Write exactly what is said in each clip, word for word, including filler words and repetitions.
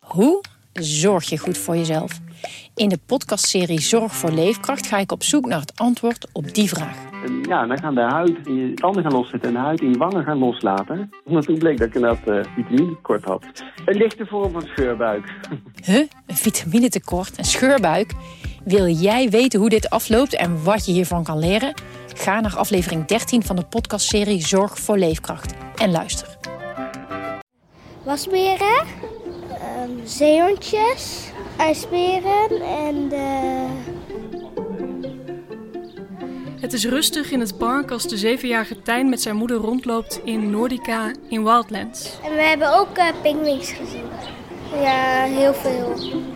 Hoe zorg je goed voor jezelf? In de podcastserie Zorg voor Leefkracht ga ik op zoek naar het antwoord op die vraag. En ja, dan gaan de huid in je tanden gaan loszetten en de huid in je wangen gaan loslaten. Omdat toen bleek dat ik inderdaad uh, vitaminetekort had. Een lichte vorm van scheurbuik. Huh? Een vitaminetekort? Een scheurbuik? Wil jij weten hoe dit afloopt en wat je hiervan kan leren? Ga naar aflevering dertien van de podcastserie Zorg voor Leefkracht en luister. Wasberen, um, zeehondjes, ijsberen en de... Het is rustig in het park als de zevenjarige Tijn met zijn moeder rondloopt in Nordica in Wildlands. En we hebben ook uh, pinguïns gezien. Ja, heel veel.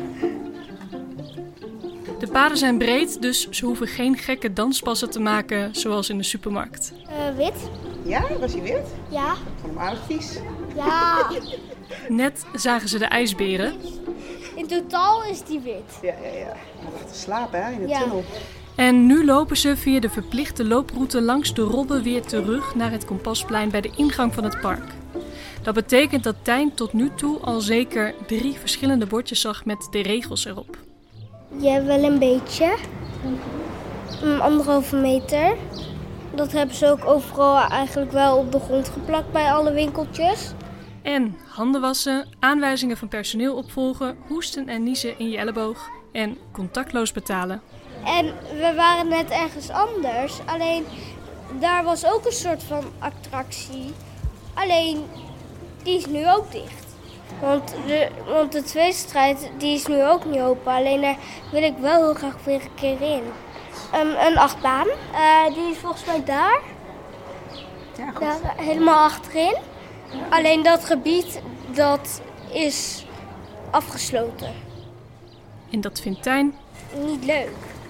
De paden zijn breed, dus ze hoeven geen gekke danspassen te maken zoals in de supermarkt. Uh, wit. Ja, was hij wit? Ja. Ik vond hem aardig vies. Ja. Net zagen ze de ijsberen. In totaal is die wit. Ja, ja, ja. Hij lag te slapen hè, in de Ja. tunnel. En nu lopen ze via de verplichte looproute langs de Robbe weer terug naar het Kompasplein bij de ingang van het park. Dat betekent dat Tijn tot nu toe al zeker drie verschillende bordjes zag met de regels erop. Ja, wel een beetje. Um, anderhalve meter. Dat hebben ze ook overal eigenlijk wel op de grond geplakt bij alle winkeltjes. En handen wassen, aanwijzingen van personeel opvolgen, hoesten en niezen in je elleboog en contactloos betalen. En we waren net ergens anders. Alleen daar was ook een soort van attractie. Alleen die is nu ook dicht. Want de, want de tweestrijd die is nu ook niet open. Alleen daar wil ik wel heel graag weer een keer in. Um, een achtbaan. Uh, die is volgens mij daar. Ja, goed. Daar helemaal achterin. Alleen dat gebied dat is afgesloten. En dat vindt Tijn. Niet leuk.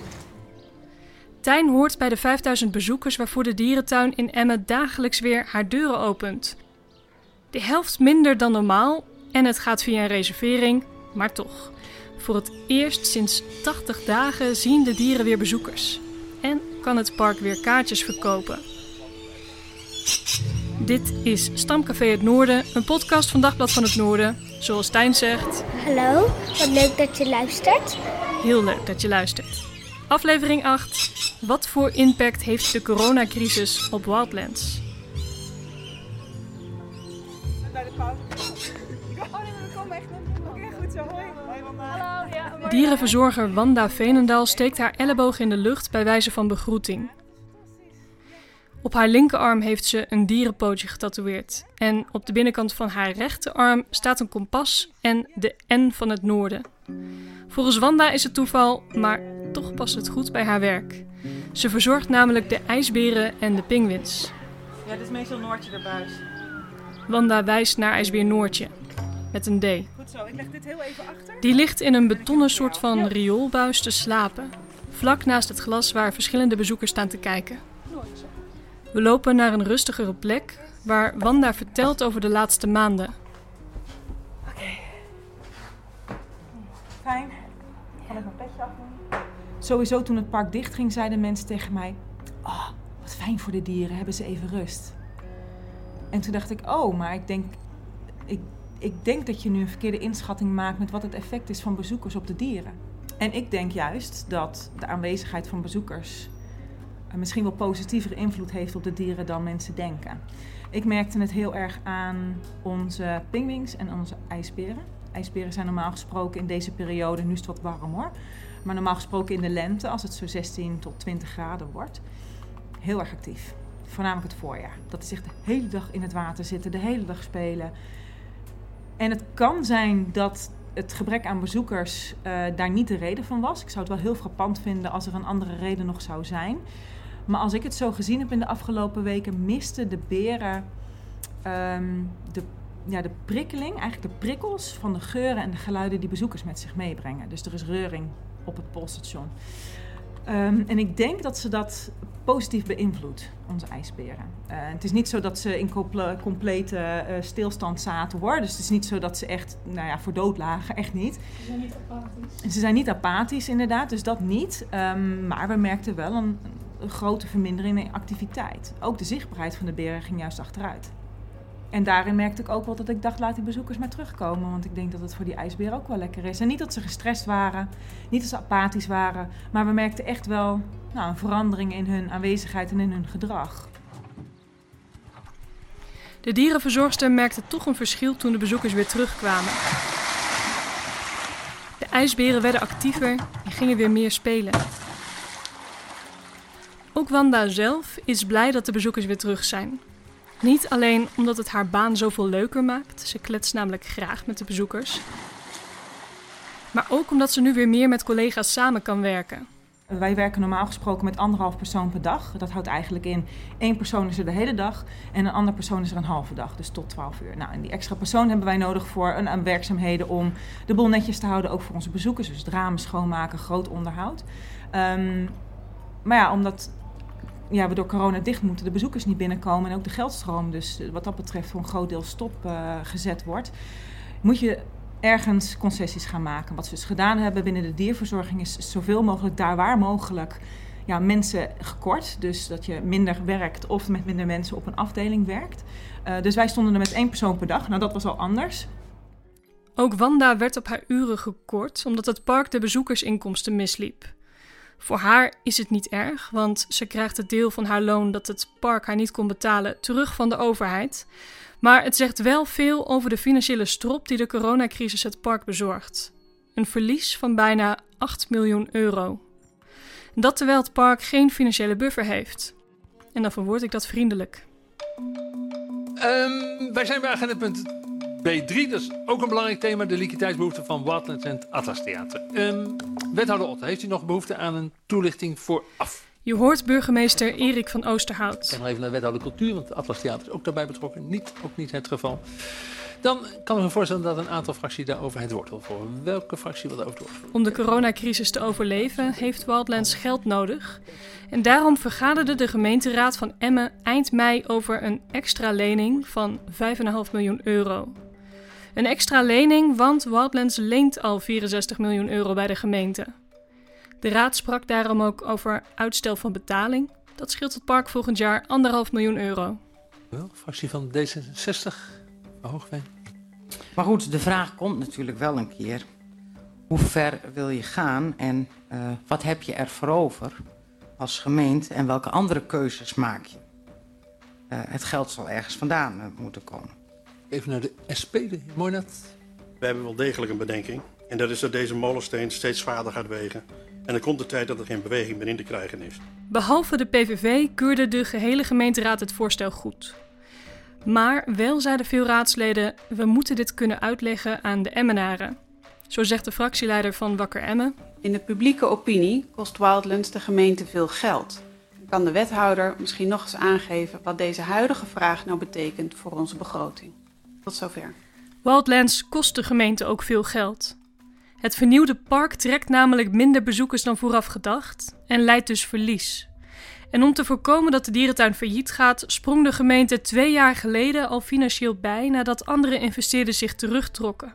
Tijn hoort bij de vijfduizend bezoekers waarvoor de dierentuin in Emmen dagelijks weer haar deuren opent. De helft minder dan normaal en het gaat via een reservering, maar toch. Voor het eerst sinds tachtig dagen zien de dieren weer bezoekers. En kan het park weer kaartjes verkopen. Dit is Stamcafé Het Noorden, een podcast van Dagblad van het Noorden. Zoals Tijn zegt. Hallo, wat leuk dat je luistert. Heel leuk dat je luistert. Aflevering acht. Wat voor impact heeft de coronacrisis op Wildlands? Bij de pauze. Oh nee, we komen echt nog. Oké, goed zo. Hoi. Hoi mama. Hallo. Dierenverzorger Wanda Veenendaal steekt haar elleboog in de lucht bij wijze van begroeting. Op haar linkerarm heeft ze een dierenpootje getatoeëerd. En op de binnenkant van haar rechterarm staat een kompas en de N van het noorden. Volgens Wanda is het toeval, maar toch past het goed bij haar werk. Ze verzorgt namelijk de ijsberen en de pinguïns. Ja, dit is meestal Noortje erbuis. Wanda wijst naar ijsbeer Noortje, met een D. Goed zo, ik leg dit heel even achter. Die ligt in een betonnen soort van rioolbuis te slapen. Vlak naast het glas waar verschillende bezoekers staan te kijken. We lopen naar een rustigere plek waar Wanda vertelt over de laatste maanden. Oké. Okay. Fijn. Kan ik mijn petje afdoen? Sowieso toen het park dichtging zeiden mensen tegen mij... Oh, wat fijn voor de dieren, hebben ze even rust. En toen dacht ik, oh, maar ik denk, ik, ik denk dat je nu een verkeerde inschatting maakt... met wat het effect is van bezoekers op de dieren. En ik denk juist dat de aanwezigheid van bezoekers... misschien wel positievere invloed heeft op de dieren dan mensen denken. Ik merkte het heel erg aan onze pinguïns en onze ijsberen. Ijsberen zijn normaal gesproken in deze periode, nu is het wat warm hoor... maar normaal gesproken in de lente, als het zo zestien tot twintig graden wordt... heel erg actief. Voornamelijk het voorjaar. Dat is echt de hele dag in het water zitten, de hele dag spelen. En het kan zijn dat het gebrek aan bezoekers uh, daar niet de reden van was. Ik zou het wel heel frappant vinden als er een andere reden nog zou zijn... Maar als ik het zo gezien heb in de afgelopen weken, misten de beren um, de, ja, de prikkeling, eigenlijk de prikkels van de geuren en de geluiden die bezoekers met zich meebrengen. Dus er is reuring op het poolstation. Um, en ik denk dat ze dat positief beïnvloedt, onze ijsberen. Uh, het is niet zo dat ze in comple- complete uh, stilstand zaten hoor. Dus het is niet zo dat ze echt nou ja, voor dood lagen, echt niet. Ze zijn niet apathisch. Ze zijn niet apathisch inderdaad, dus dat niet. Um, maar we merkten wel een... een grote vermindering in activiteit. Ook de zichtbaarheid van de beren ging juist achteruit. En daarin merkte ik ook wel dat ik dacht, laat die bezoekers maar terugkomen. Want ik denk dat het voor die ijsberen ook wel lekker is. En niet dat ze gestrest waren, niet dat ze apathisch waren. Maar we merkten echt wel nou, een verandering in hun aanwezigheid en in hun gedrag. De dierenverzorgster merkte toch een verschil toen de bezoekers weer terugkwamen. De ijsberen werden actiever en gingen weer meer spelen. Ook Wanda zelf is blij dat de bezoekers weer terug zijn. Niet alleen omdat het haar baan zoveel leuker maakt, ze kletst namelijk graag met de bezoekers, maar ook omdat ze nu weer meer met collega's samen kan werken. Wij werken normaal gesproken met anderhalf persoon per dag. Dat houdt eigenlijk in, één persoon is er de hele dag en een andere persoon is er een halve dag, dus tot twaalf uur. Nou, en die extra persoon hebben wij nodig voor een, een werkzaamheden om de boel netjes te houden, ook voor onze bezoekers. Dus het ramen schoonmaken, groot onderhoud. Um, maar ja, omdat ja, we door corona dicht moeten, de bezoekers niet binnenkomen en ook de geldstroom dus wat dat betreft voor een groot deel stop uh, gezet wordt, moet je ergens concessies gaan maken. Wat we dus gedaan hebben binnen de dierverzorging is zoveel mogelijk daar waar mogelijk ja, mensen gekort. Dus dat je minder werkt of met minder mensen op een afdeling werkt. Uh, dus wij stonden er met één persoon per dag. Nou, dat was al anders. Ook Wanda werd op haar uren gekort omdat het park de bezoekersinkomsten misliep. Voor haar is het niet erg, want ze krijgt het deel van haar loon dat het park haar niet kon betalen terug van de overheid. Maar het zegt wel veel over de financiële strop die de coronacrisis het park bezorgt. Een verlies van bijna acht miljoen euro. Dat terwijl het park geen financiële buffer heeft. En dan verwoord ik dat vriendelijk. Um, wij zijn bij agendapunt B drie, dat is ook een belangrijk thema. De liquiditeitsbehoeften van Wildlands en het Atlas Theater. Um, wethouder Otte, heeft u nog behoefte aan een toelichting vooraf? Je hoort burgemeester Erik van Oosterhout. Ik ga nog even naar wethouder cultuur, want het Atlas Theater is ook daarbij betrokken. Niet, ook niet het geval. Dan kan ik me voorstellen dat een aantal fracties daarover het woord wil voeren. Welke fractie wil daarover het woord voeren? Om de coronacrisis te overleven heeft Wildlands geld nodig. En daarom vergaderde de gemeenteraad van Emmen eind mei over een extra lening van vijf komma vijf miljoen euro. Een extra lening, want Wildlands leent al vierenzestig miljoen euro bij de gemeente. De raad sprak daarom ook over uitstel van betaling. Dat scheelt het park volgend jaar anderhalf miljoen euro. Wel, fractie van D zesenzestig, van Hoogveen. Maar goed, de vraag komt natuurlijk wel een keer. Hoe ver wil je gaan en uh, wat heb je er voor over als gemeente en welke andere keuzes maak je? Uh, het geld zal ergens vandaan uh, moeten komen. Even naar de S P, de heer Moynat. We hebben wel degelijk een bedenking. En dat is dat deze molensteen steeds zwaarder gaat wegen. En er komt de tijd dat er geen beweging meer in te krijgen is. Behalve de P V V keurde de gehele gemeenteraad het voorstel goed. Maar wel zeiden veel raadsleden, we moeten dit kunnen uitleggen aan de Emmenaren. Zo zegt de fractieleider van Wakker Emmen. In de publieke opinie kost Wildlands de gemeente veel geld. Kan de wethouder misschien nog eens aangeven wat deze huidige vraag nou betekent voor onze begroting? Tot zover. Wildlands kost de gemeente ook veel geld. Het vernieuwde park trekt namelijk minder bezoekers dan vooraf gedacht en leidt dus verlies. En om te voorkomen dat de dierentuin failliet gaat, sprong de gemeente twee jaar geleden al financieel bij nadat andere investeerders zich terugtrokken.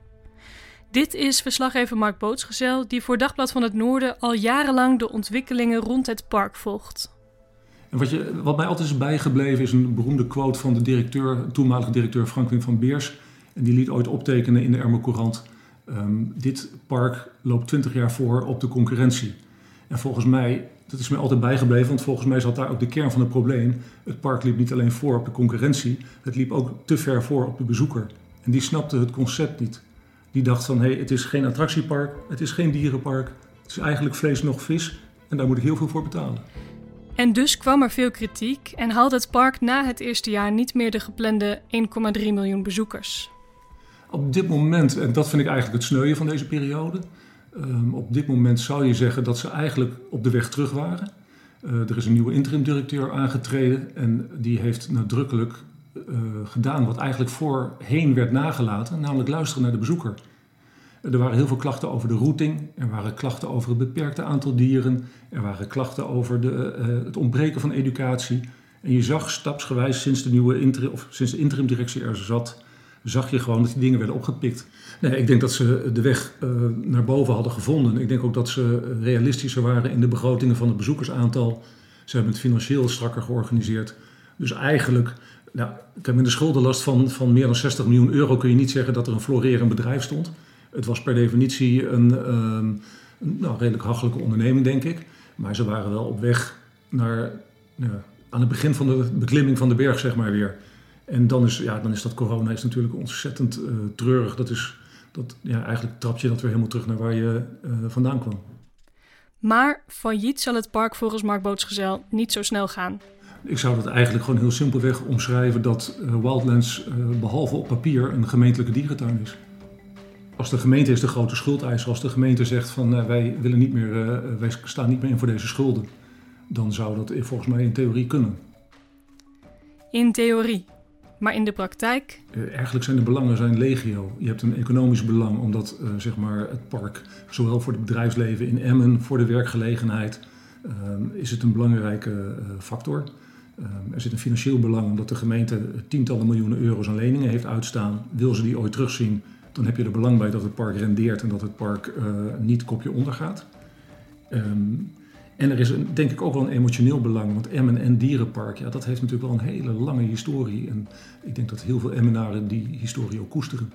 Dit is verslaggever Mark Bootsgezel, die voor Dagblad van het Noorden al jarenlang de ontwikkelingen rond het park volgt. En wat, je, wat mij altijd is bijgebleven is een beroemde quote van de directeur, toenmalige directeur Frank-Wim van Beers. En die liet ooit optekenen in de Ermer Courant. Um, dit park loopt twintig jaar voor op de concurrentie. En volgens mij, dat is mij altijd bijgebleven, want volgens mij zat daar ook de kern van het probleem. Het park liep niet alleen voor op de concurrentie, het liep ook te ver voor op de bezoeker. En die snapte het concept niet. Die dacht van, hé, hey, het is geen attractiepark, het is geen dierenpark. Het is eigenlijk vlees nog vis en daar moet ik heel veel voor betalen. En dus kwam er veel kritiek en haalde het park na het eerste jaar niet meer de geplande één komma drie miljoen bezoekers. Op dit moment, en dat vind ik eigenlijk het sneuien van deze periode, um, op dit moment zou je zeggen dat ze eigenlijk op de weg terug waren. Uh, er is een nieuwe interim-directeur aangetreden en die heeft nadrukkelijk uh, gedaan wat eigenlijk voorheen werd nagelaten, namelijk luisteren naar de bezoeker. Er waren heel veel klachten over de routing, er waren klachten over het beperkte aantal dieren, er waren klachten over de, uh, het ontbreken van educatie. En je zag stapsgewijs sinds de nieuwe interim, of sinds de interimdirectie er zat, zag je gewoon dat die dingen werden opgepikt. Nee, ik denk dat ze de weg uh, naar boven hadden gevonden. Ik denk ook dat ze realistischer waren in de begrotingen van het bezoekersaantal. Ze hebben het financieel strakker georganiseerd. Dus eigenlijk Nou, ik heb met een schuldenlast van, van meer dan zestig miljoen euro kun je niet zeggen dat er een florerend bedrijf stond. Het was per definitie een, um, een nou, redelijk hachelijke onderneming, denk ik. Maar ze waren wel op weg naar, uh, aan het begin van de beklimming van de berg, zeg maar weer. En dan is, ja, dan is dat corona is natuurlijk ontzettend uh, treurig. Dat is, dat, ja, eigenlijk trap je dat weer helemaal terug naar waar je uh, vandaan kwam. Maar failliet zal het park volgens Mark Bootsgezel niet zo snel gaan. Ik zou dat eigenlijk gewoon heel simpelweg omschrijven dat uh, Wildlands uh, behalve op papier een gemeentelijke dierentuin is. Als de gemeente is de grote schuldeiser, als de gemeente zegt van uh, wij willen niet meer, uh, wij staan niet meer in voor deze schulden, dan zou dat volgens mij in theorie kunnen. In theorie. Maar in de praktijk? Uh, eigenlijk zijn de belangen zijn legio. Je hebt een economisch belang omdat uh, zeg maar het park, zowel voor het bedrijfsleven in Emmen, voor de werkgelegenheid, uh, is het een belangrijke uh, factor. Uh, er zit een financieel belang omdat de gemeente tientallen miljoenen euro's aan leningen heeft uitstaan. Wil ze die ooit terugzien, dan heb je er belang bij dat het park rendeert en dat het park uh, niet kopje onder gaat. Um, En er is een, denk ik ook wel een emotioneel belang, want Emmen en Dierenpark, ja, dat heeft natuurlijk wel een hele lange historie. En ik denk dat heel veel Emmenaren die historie ook koesteren.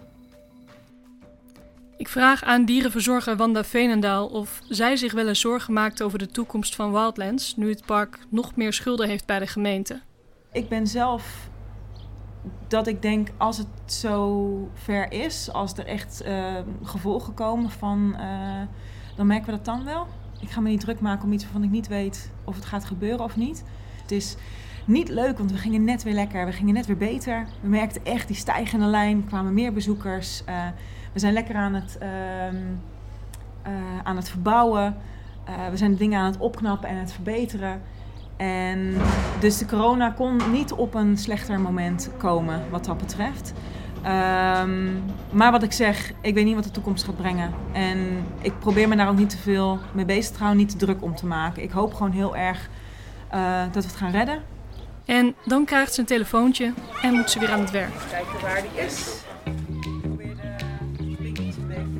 Ik vraag aan dierenverzorger Wanda Veenendaal of zij zich wel eens zorgen maakt over de toekomst van Wildlands, nu het park nog meer schulden heeft bij de gemeente. Ik ben zelf dat ik denk, als het zo ver is, als er echt uh, gevolgen komen van, uh, dan merken we dat dan wel. Ik ga me niet druk maken om iets waarvan ik niet weet of het gaat gebeuren of niet. Het is niet leuk, want we gingen net weer lekker, we gingen net weer beter. We merkten echt die stijgende lijn, er kwamen meer bezoekers. Uh, we zijn lekker aan het, uh, uh, aan het verbouwen. Uh, we zijn de dingen aan het opknappen en het verbeteren. En dus de corona kon niet op een slechter moment komen wat dat betreft. Um, maar wat ik zeg, ik weet niet wat de toekomst gaat brengen. En ik probeer me daar ook niet te veel mee bezig te houden, niet te druk om te maken. Ik hoop gewoon heel erg uh, dat we het gaan redden. En dan krijgt ze een telefoontje en moet ze weer aan het werk. Kijken waar die is. Ik probeer de vinkjes een beetje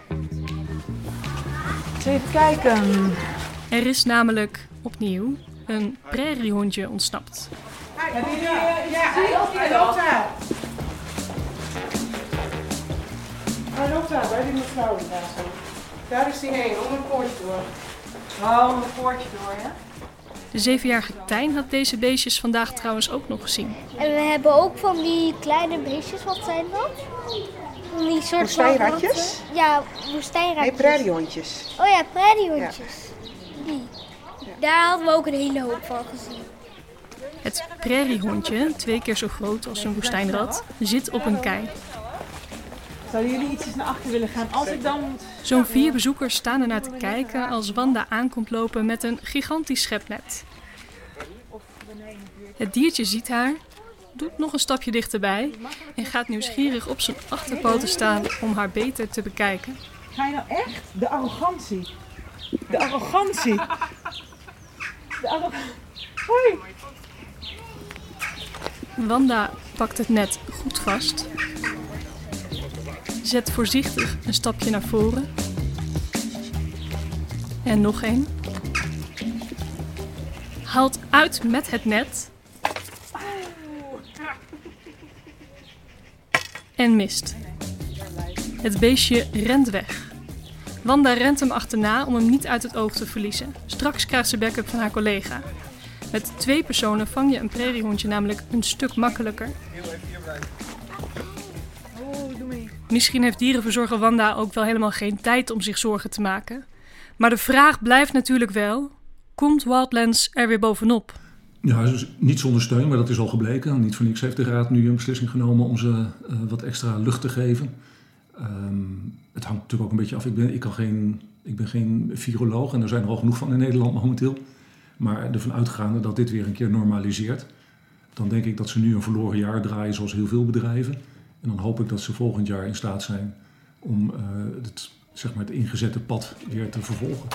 te... Even kijken. Er is namelijk opnieuw een prairiehondje ontsnapt. Hebben jullie... Ja, hij loopt daar. Hij loopt daar, bij die mevrouw naast hem. Daar is hij heen, om een poortje door. Oh, om een poortje door, ja? De zevenjarige Tijn had deze beestjes vandaag trouwens ook nog gezien. En we hebben ook van die kleine beestjes, wat zijn dat? Van die soort woestijnratjes? Van... Ja, woestijnratjes. Nee, prairiehondjes. Oh ja, prairiehondjes. Ja. Die. Ja. Daar hadden we ook een hele hoop van gezien. Het prairiehondje, twee keer zo groot als een woestijnrat, zit op een kei. Zouden jullie ietsjes naar achter willen gaan als ik dan... Zo'n vier bezoekers staan er naar te kijken als Wanda aankomt lopen met een gigantisch schepnet. Het diertje ziet haar, doet nog een stapje dichterbij en gaat nieuwsgierig op zijn achterpoten staan om haar beter te bekijken. Ga je nou echt? De arrogantie. De arrogantie. De arrogantie. Hoi. Wanda pakt het net goed vast. Zet voorzichtig een stapje naar voren. En nog één. Haalt uit met het net. En mist. Het beestje rent weg. Wanda rent hem achterna om hem niet uit het oog te verliezen. Straks krijgt ze backup van haar collega. Met twee personen vang je een prairiehondje namelijk een stuk makkelijker. Misschien heeft dierenverzorger Wanda ook wel helemaal geen tijd om zich zorgen te maken. Maar de vraag blijft natuurlijk wel, komt Wildlands er weer bovenop? Ja, dus niet zonder steun, maar dat is al gebleken. Niet voor niks heeft de Raad nu een beslissing genomen om ze uh, wat extra lucht te geven. Um, het hangt natuurlijk ook een beetje af. Ik ben, ik kan geen, ik ben geen viroloog en er zijn er al genoeg van in Nederland momenteel. Maar ervan uitgaande dat dit weer een keer normaliseert, dan denk ik dat ze nu een verloren jaar draaien zoals heel veel bedrijven. En dan hoop ik dat ze volgend jaar in staat zijn om uh, het, zeg maar het ingezette pad weer te vervolgen.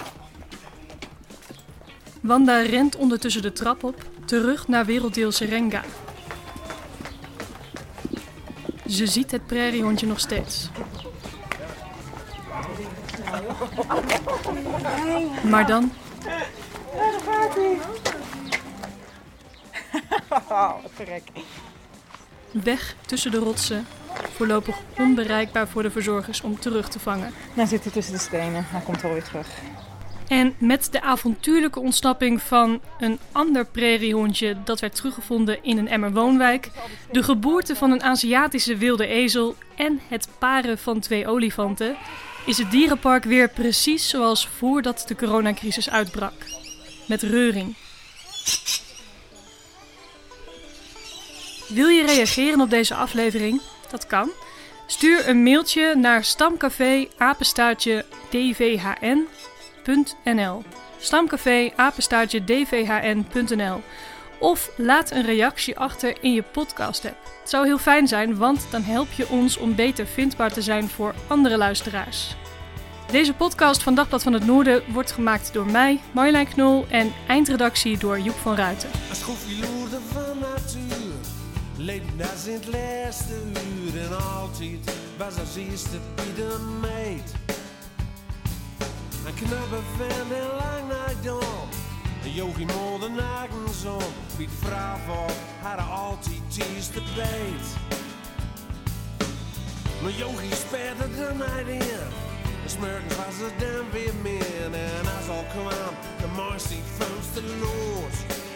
Wanda rent ondertussen de trap op, terug naar werelddeel Serenga. Ze ziet het prairiehondje nog steeds. Maar dan... Ja, daar gaat hij. Oh, verrek. weg tussen de rotsen, voorlopig onbereikbaar voor de verzorgers om terug te vangen. Nou zit hij tussen de stenen, hij komt alweer terug. En met de avontuurlijke ontsnapping van een ander prairiehondje dat werd teruggevonden in een emmer woonwijk, de geboorte van een Aziatische wilde ezel en het paren van twee olifanten, is het dierenpark weer precies zoals voordat de coronacrisis uitbrak. Met reuring. Wil je reageren op deze aflevering? Dat kan. Stuur een mailtje naar stamcafé apenstaartje d v h n punt n l. Stamcafé apenstaartje d v h n punt n l. Of laat een reactie achter in je podcast-app. Het zou heel fijn zijn, want dan help je ons om beter vindbaar te zijn voor andere luisteraars. Deze podcast van Dagblad van het Noorden wordt gemaakt door mij, Marjolein Knol, en eindredactie door Joep van Ruiten. Als schoffiloerde van natuur, leven als in het laatste uur en altijd was als eerste bij de meid. Een knappe vent en lang naar dan, een yogi mol de nagenzon, wie het vrouw voor hadden altijd eerste beet. Maar yogi sperde de night in. De smurgens was er dan weer min en als al kwam de mooiste vuilste lood.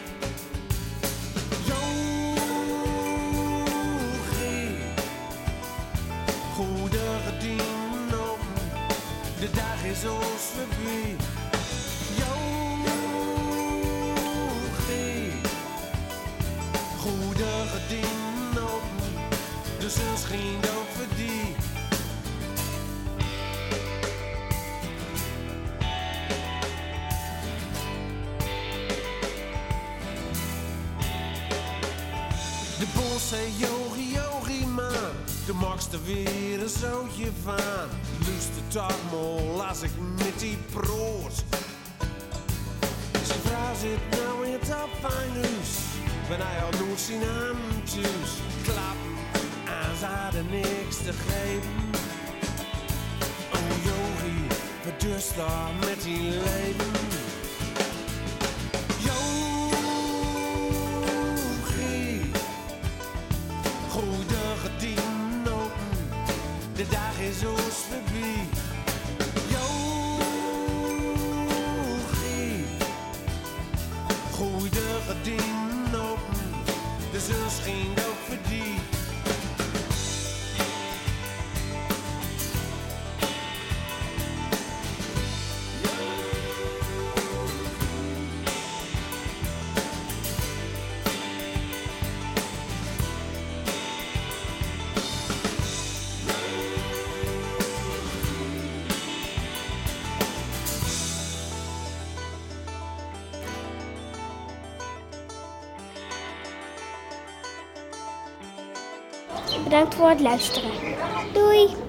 Yogi, goede gedienden op, de dag is ons voorbij. Yogi, goede gedienden op, de zon scheen ook voor die. De bos zei yogi, yogi man, de makste weer een zootje van. Luister toch mal als ik met die proos. Zijn vrouw zit nou in het afvanghuis, ben hij al nooit zien aan thuis. Klappen, aan ze hadden niks te geven. Oh yogi, wat dus daar met die leven? De dag is ons voorbij. Yogi, gooi de gordijnen open, de zon schijnt ook voor die. Bedankt voor het luisteren. Doei!